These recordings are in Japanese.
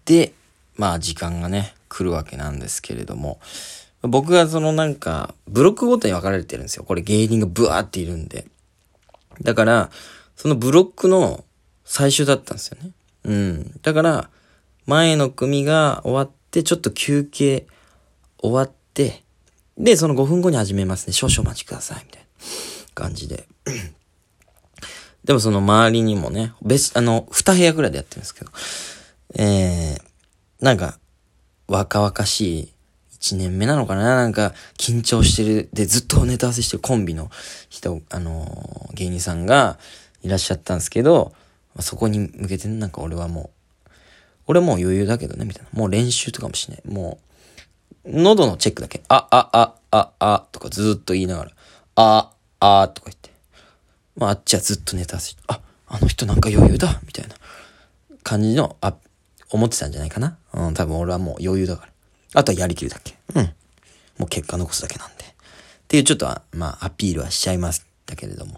で、まあ時間がね、来るわけなんですけれども、僕がブロックごとに分かれてるんですよ。これ芸人がブワーっているんで。だから、そのブロックの最終だったんですよね。だから、前の組が終わって、ちょっと休憩終わって、で、その5分後に始めますね。少々お待ちください。みたいな感じで。でもその周りにもね、2部屋くらいでやってるんですけど、若々しい1年目なのかな、緊張してる、で、ずっとネタ合わせしてるコンビの人、芸人さんがいらっしゃったんですけど、そこに向けて俺もう余裕だけどね、みたいな。もう練習とかもしない。もう、喉のチェックだけ。とかずっと言いながら、とか言って。あっちはずっとネタ合わせして、あの人余裕だ、みたいな感じの、思ってたんじゃないかな。多分俺はもう余裕だから。あとはやりきるだけ。もう結果残すだけなんで。っていうちょっと、アピールはしちゃいましたけれども。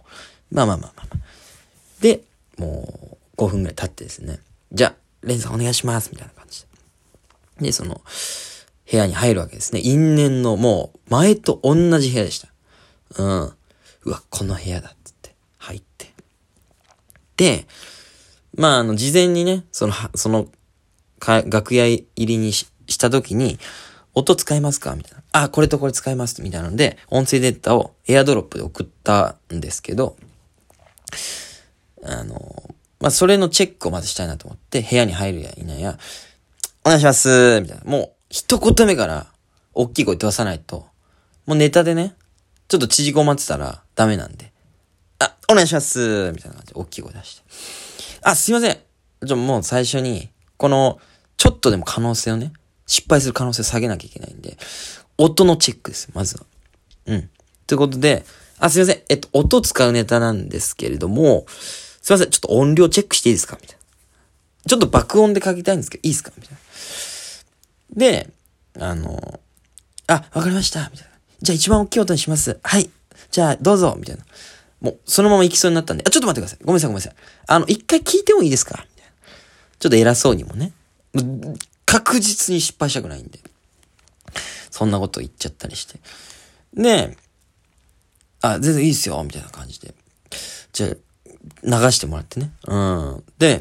で、もう5分ぐらい経ってですね。じゃあ、レンさんお願いします、みたいな感じで。で、その、部屋に入るわけですね。因縁のもう、前と同じ部屋でした。うわ、この部屋だっつって入って。で、事前にね、楽屋入りにした時に、音使いますかみたいな。これとこれ使いますみたいなので、音声データをエアドロップで送ったんですけど、それのチェックをまずしたいなと思って、部屋に入るやいないや、お願いしますみたいな。もう、一言目から、大きい声出さないと、もうネタでね、ちょっと縮こまってたらダメなんで、お願いしますみたいな感じで大きい声出して。すいません。もう最初に、ちょっとでも可能性をね、失敗する可能性を下げなきゃいけないんで、音のチェックです、まずは。ということで、すいません。音使うネタなんですけれども、すいません。ちょっと音量チェックしていいですかみたいな。ちょっと爆音で書きたいんですけど、いいですかみたいな。で、わかりました。みたいな。じゃあ一番大きい音にします。はい。じゃあどうぞ。みたいな。もう、そのまま行きそうになったんで、ちょっと待ってください。ごめんなさい。一回聞いてもいいですかみたいな。ちょっと偉そうにもね。確実に失敗したくないんで。そんなこと言っちゃったりして。で、全然いいですよ。みたいな感じで。じゃあ、流してもらってね。で、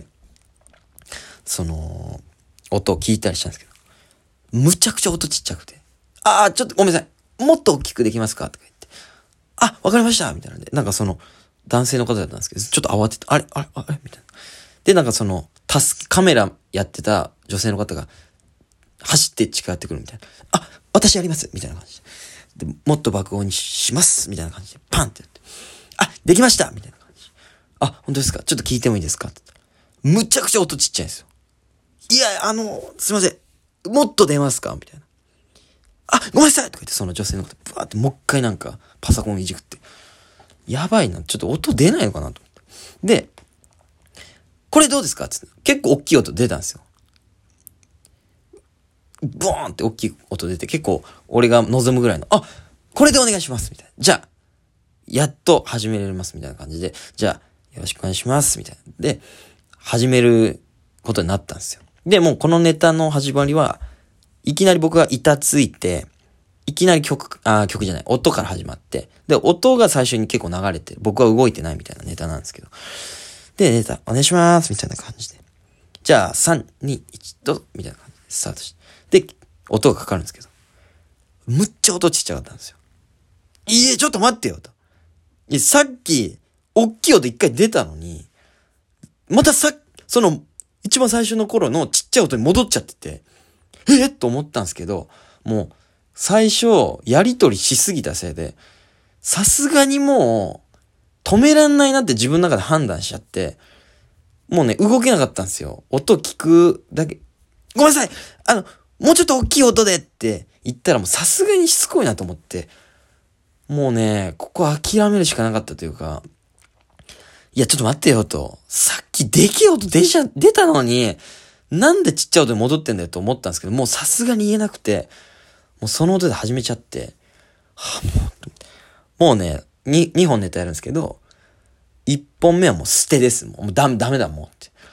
音を聞いたりしたんですけど、むちゃくちゃ音ちっちゃくて。ちょっとごめんなさい。もっと大きくできますかとか言って。わかりましたみたいなんで。男性の方だったんですけど、ちょっと慌てて、あれみたいな。で、カメラやってた女性の方が、走って近寄ってくるみたいな。私やりますみたいな感じで。もっと爆音にしますみたいな感じで、パンってやって。できましたみたいな感じ。本当ですかちょっと聞いてもいいですかって言ったら、むちゃくちゃ音ちっちゃいんですよ。いや、すいません。もっと出ますかみたいな。ごめんなさいとか言って、その女性の方、ブワーってもう一回パソコンいじくって。やばいな。ちょっと音出ないのかなと思って。で、これどうですかって結構大きい音出たんですよ。ボーンって大きい音出て、結構俺が望むぐらいの、これでお願いしますみたいな。じゃあ、やっと始められますみたいな感じで、じゃあ、よろしくお願いしますみたいな。で、始めることになったんですよ。で、もうこのネタの始まりは、いきなり僕が板ついて、いきなり曲じゃない、音から始まって、で、音が最初に結構流れて、僕は動いてないみたいなネタなんですけど。で、ネタ、お願いしますみたいな感じで。じゃあ、3、2、1、どうぞみたいな感じでスタートして。で、音がかかるんですけど、むっちゃ音ちっちゃかったんですよ。ちょっと待ってよと。さっき、大きい音一回出たのに、また一番最初の頃のちっちゃい音に戻っちゃってて、と思ったんですけど、もう、最初、やりとりしすぎたせいで、さすがにもう、止めらんないなって自分の中で判断しちゃって、もうね、動けなかったんですよ。音聞くだけ、ごめんなさいもうちょっと大きい音でって言ったらもうさすがにしつこいなと思って、もうね、ここ諦めるしかなかったというか、いや、ちょっと待ってよと。さっきでけえ音出たのに、なんでちっちゃい音に戻ってんだよと思ったんですけど、もうさすがに言えなくて、もうその音で始めちゃって、もうね、2本ネタやるんですけど、1本目はもう捨てです。もうダメだもんって。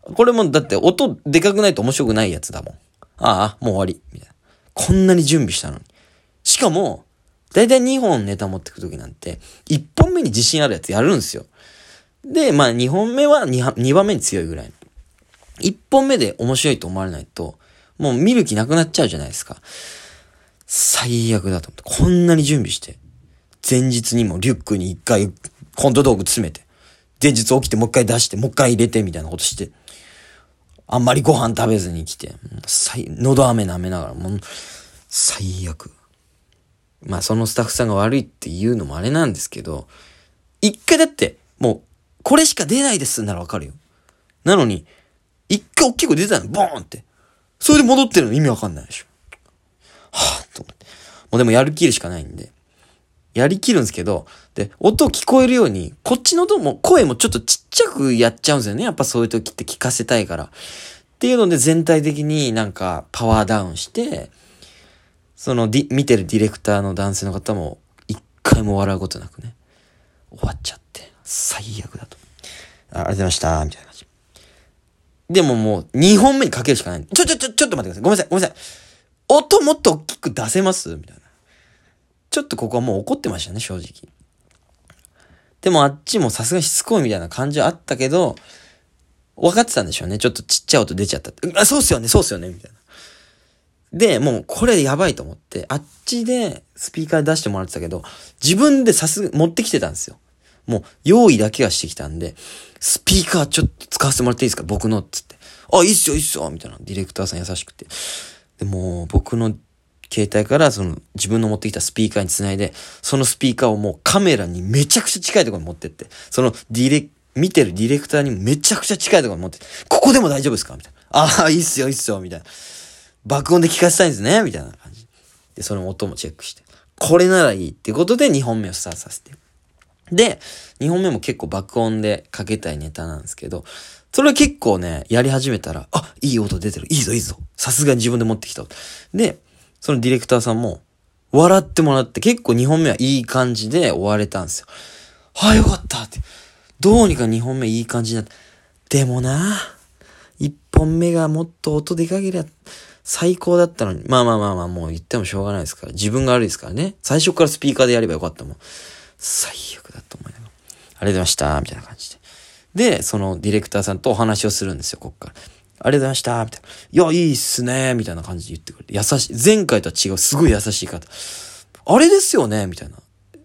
これもだって音でかくないと面白くないやつだもん。ああ、もう終わり。みたいな。こんなに準備したのに。しかも、だいたい2本ネタ持ってくときなんて、1本目に自信あるやつやるんですよ。で、まあ2本目は 2番目に強いぐらい。1本目で面白いと思われないと、もう見る気なくなっちゃうじゃないですか。最悪だと思って。こんなに準備して。前日にもリュックに1回コント道具詰めて。前日起きてもう一回出して、もう一回入れてみたいなことして。あんまりご飯食べずに来て。喉飴舐めながら、もう最悪。まあそのスタッフさんが悪いっていうのもあれなんですけど、一回だって、もう、これしか出ないですならわかるよ。なのに、一回大きい声出たの、ボーンって。それで戻ってるの意味わかんないでしょ。はぁ、と思って。もうでもやるきるしかないんで。やりきるんですけど、で、音聞こえるように、こっちの音も、声もちょっとちっちゃくやっちゃうんですよね。やっぱそういう時って聞かせたいから。っていうので全体的になんかパワーダウンして、その見てるディレクターの男性の方も一回も笑うことなくね、終わっちゃって、最悪だと。ありがとうございました、みたいな感じ。でももう2本目にかけるしかない。ちょっと待ってください。ごめんなさい。音もっと大きく出せますみたいな。ちょっとここはもう怒ってましたね、正直。でもあっちもさすがにしつこいみたいな感じはあったけど、分かってたんでしょうね。ちょっとちっちゃい音出ちゃったって。そうっすよね、みたいな。で、もうこれやばいと思って、あっちでスピーカー出してもらってたけど、自分で持ってきてたんですよ。もう用意だけはしてきたんで、スピーカーちょっと使わせてもらっていいですか僕のっつって。あ、いいっすよみたいな。ディレクターさん優しくて。で、もう僕の携帯からその自分の持ってきたスピーカーにつないで、そのスピーカーをもうカメラにめちゃくちゃ近いところに持ってって、その見てるディレクターにもめちゃくちゃ近いところに持ってって、ここでも大丈夫ですかみたいな。ああ、いいっすよみたいな。爆音で聞かせたいんですねみたいな感じ。で、その音もチェックして。これならいいってことで2本目をスタートさせて。で、2本目も結構爆音でかけたいネタなんですけど、それは結構ね、やり始めたら、あ、いい音出てる。いいぞ。さすがに自分で持ってきた。で、そのディレクターさんも、笑ってもらって、結構2本目はいい感じで終われたんですよ。はあ、よかったって。どうにか2本目いい感じになった。でもな、1本目がもっと音でかけりゃ、最高だったのに。まあ、もう言ってもしょうがないですから。自分が悪いですからね。最初からスピーカーでやればよかったもん。最悪だと思いながら。ありがとうございました、みたいな感じで。で、そのディレクターさんとお話をするんですよ、こっから。ありがとうございました、みたいな。いや、いいっすね、みたいな感じで言ってくれて。優しい。前回とは違う、すごい優しい方。あれですよね、みたいな。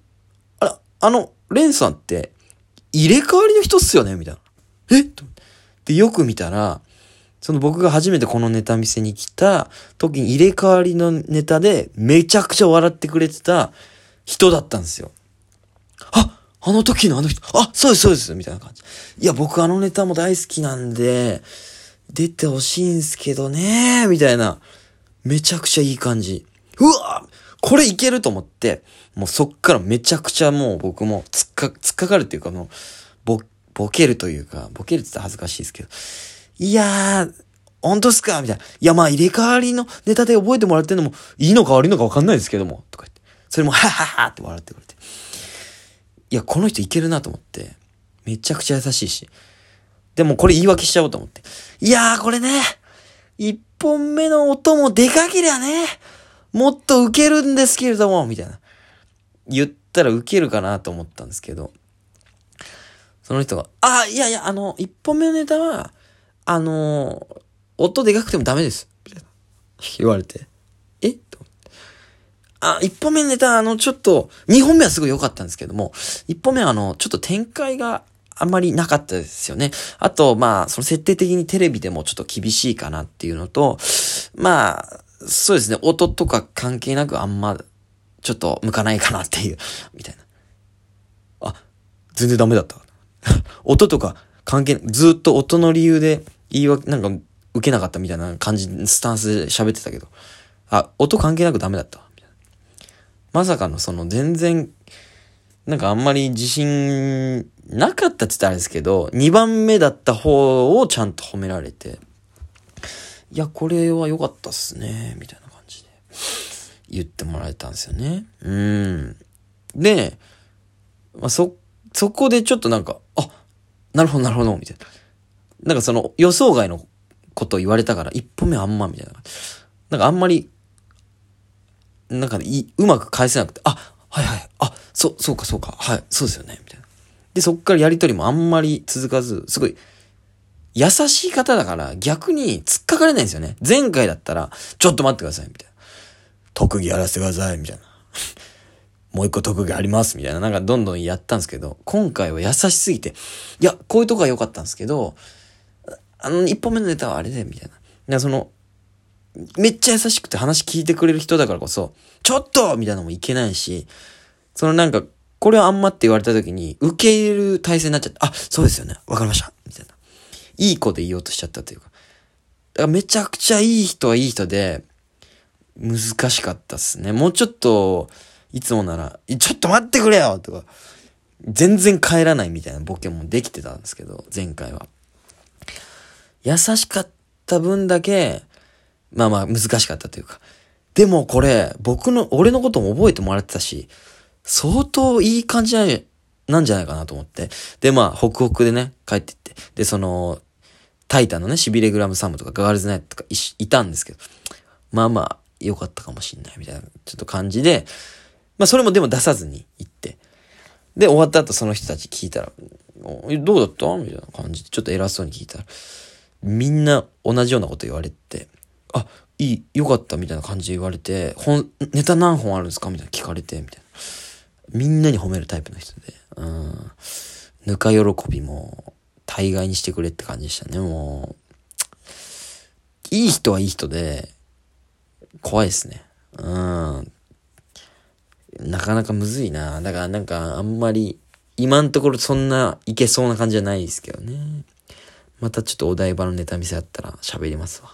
レンさんって、入れ替わりの人っすよねみたいな。で、よく見たら、その僕が初めてこのネタ見せに来た時に入れ替わりのネタでめちゃくちゃ笑ってくれてた人だったんですよ。あの時のあの人、そうです、みたいな感じ。いや、僕あのネタも大好きなんで、出てほしいんすけどねみたいな。めちゃくちゃいい感じ。うわこれいけると思って、もうそっからめちゃくちゃもう僕も突っかかるっていうかもう、ボケるというか、ボケるって言ったら恥ずかしいですけど、いやー、本当っすかみたいな。いや、まあ入れ替わりのネタで覚えてもらってんのも、いいのか悪いのか分かんないですけども、とか言って。それも、はははって笑ってくれて。いや、この人いけるなと思って。めちゃくちゃ優しいし。でもこれ言い訳しちゃおうと思って。いやー、これね、一本目の音もでかけりゃね、もっとウケるんですけれども、みたいな。言ったらウケるかなと思ったんですけど、その人が、いや、一本目のネタは、音でかくてもダメです。みたいな。言われて。と一本目のネタ、ちょっと、二本目はすごい良かったんですけども、一本目はちょっと展開があんまりなかったですよね。あと、まあ、その設定的にテレビでもちょっと厳しいかなっていうのと、まあ、そうですね、音とか関係なくあんま、ちょっと向かないかなっていう、みたいな。全然ダメだった。音とか関係、ずっと音の理由でなんか受けなかったみたいな感じ、スタンスで喋ってたけど、音関係なくダメだった。みたいな。まさかのその全然、なんかあんまり自信なかったって言ったらあれですけど、2番目だった方をちゃんと褒められて、いや、これは良かったっすね、みたいな感じで言ってもらえたんですよね。で、そこでちょっとなんか、なるほど、みたいな。 なんかその予想外のことを言われたから、一歩目あんまみたいな。なんかあんまり、なんかうまく返せなくて、はいはい、そうか、はい、そうですよね、みたいな。で、そっからやりとりもあんまり続かず、すごい、優しい方だから逆に突っかかれないんですよね。前回だったら、ちょっと待ってください、みたいな。特技やらせてください、みたいな。もう一個特技あります、みたいな。なんかどんどんやったんですけど、今回は優しすぎて、いや、こういうとこが良かったんですけど、一本目のネタはあれで、みたいな。めっちゃ優しくて話聞いてくれる人だからこそ、ちょっとみたいなのもいけないし、これはあんまって言われた時に、受け入れる体制になっちゃって、そうですよね。わかりました。みたいな。いい子で言おうとしちゃったというか。だからめちゃくちゃいい人はいい人で、難しかったっすね。もうちょっと、いつもなら、ちょっと待ってくれよとか、全然帰らないみたいなボケもできてたんですけど、前回は。優しかった分だけ、まあまあ難しかったというか。でもこれ、俺のことも覚えてもらってたし、相当いい感じなんじゃないかなと思って。で、まあ、ホクホクでね、帰っていって。で、タイタンのね、シビレグラムサムとかガールズナイトとかいたんですけど、まあまあ、良かったかもしんないみたいな、ちょっと感じで、まあそれもでも出さずに行って。で、終わった後その人たち聞いたら、どうだったみたいな感じで、ちょっと偉そうに聞いたら、みんな同じようなこと言われて、良かったみたいな感じで言われて、ネタ何本あるんですかみたいな聞かれて、みたいな。みんなに褒めるタイプの人で、ぬか喜びも大概にしてくれって感じでしたね、もう。いい人はいい人で、怖いですね。なかなかむずいな。だからなんかあんまり、今のところそんないけそうな感じじゃないですけどね。またちょっとお台場のネタ見せあったら喋りますわ。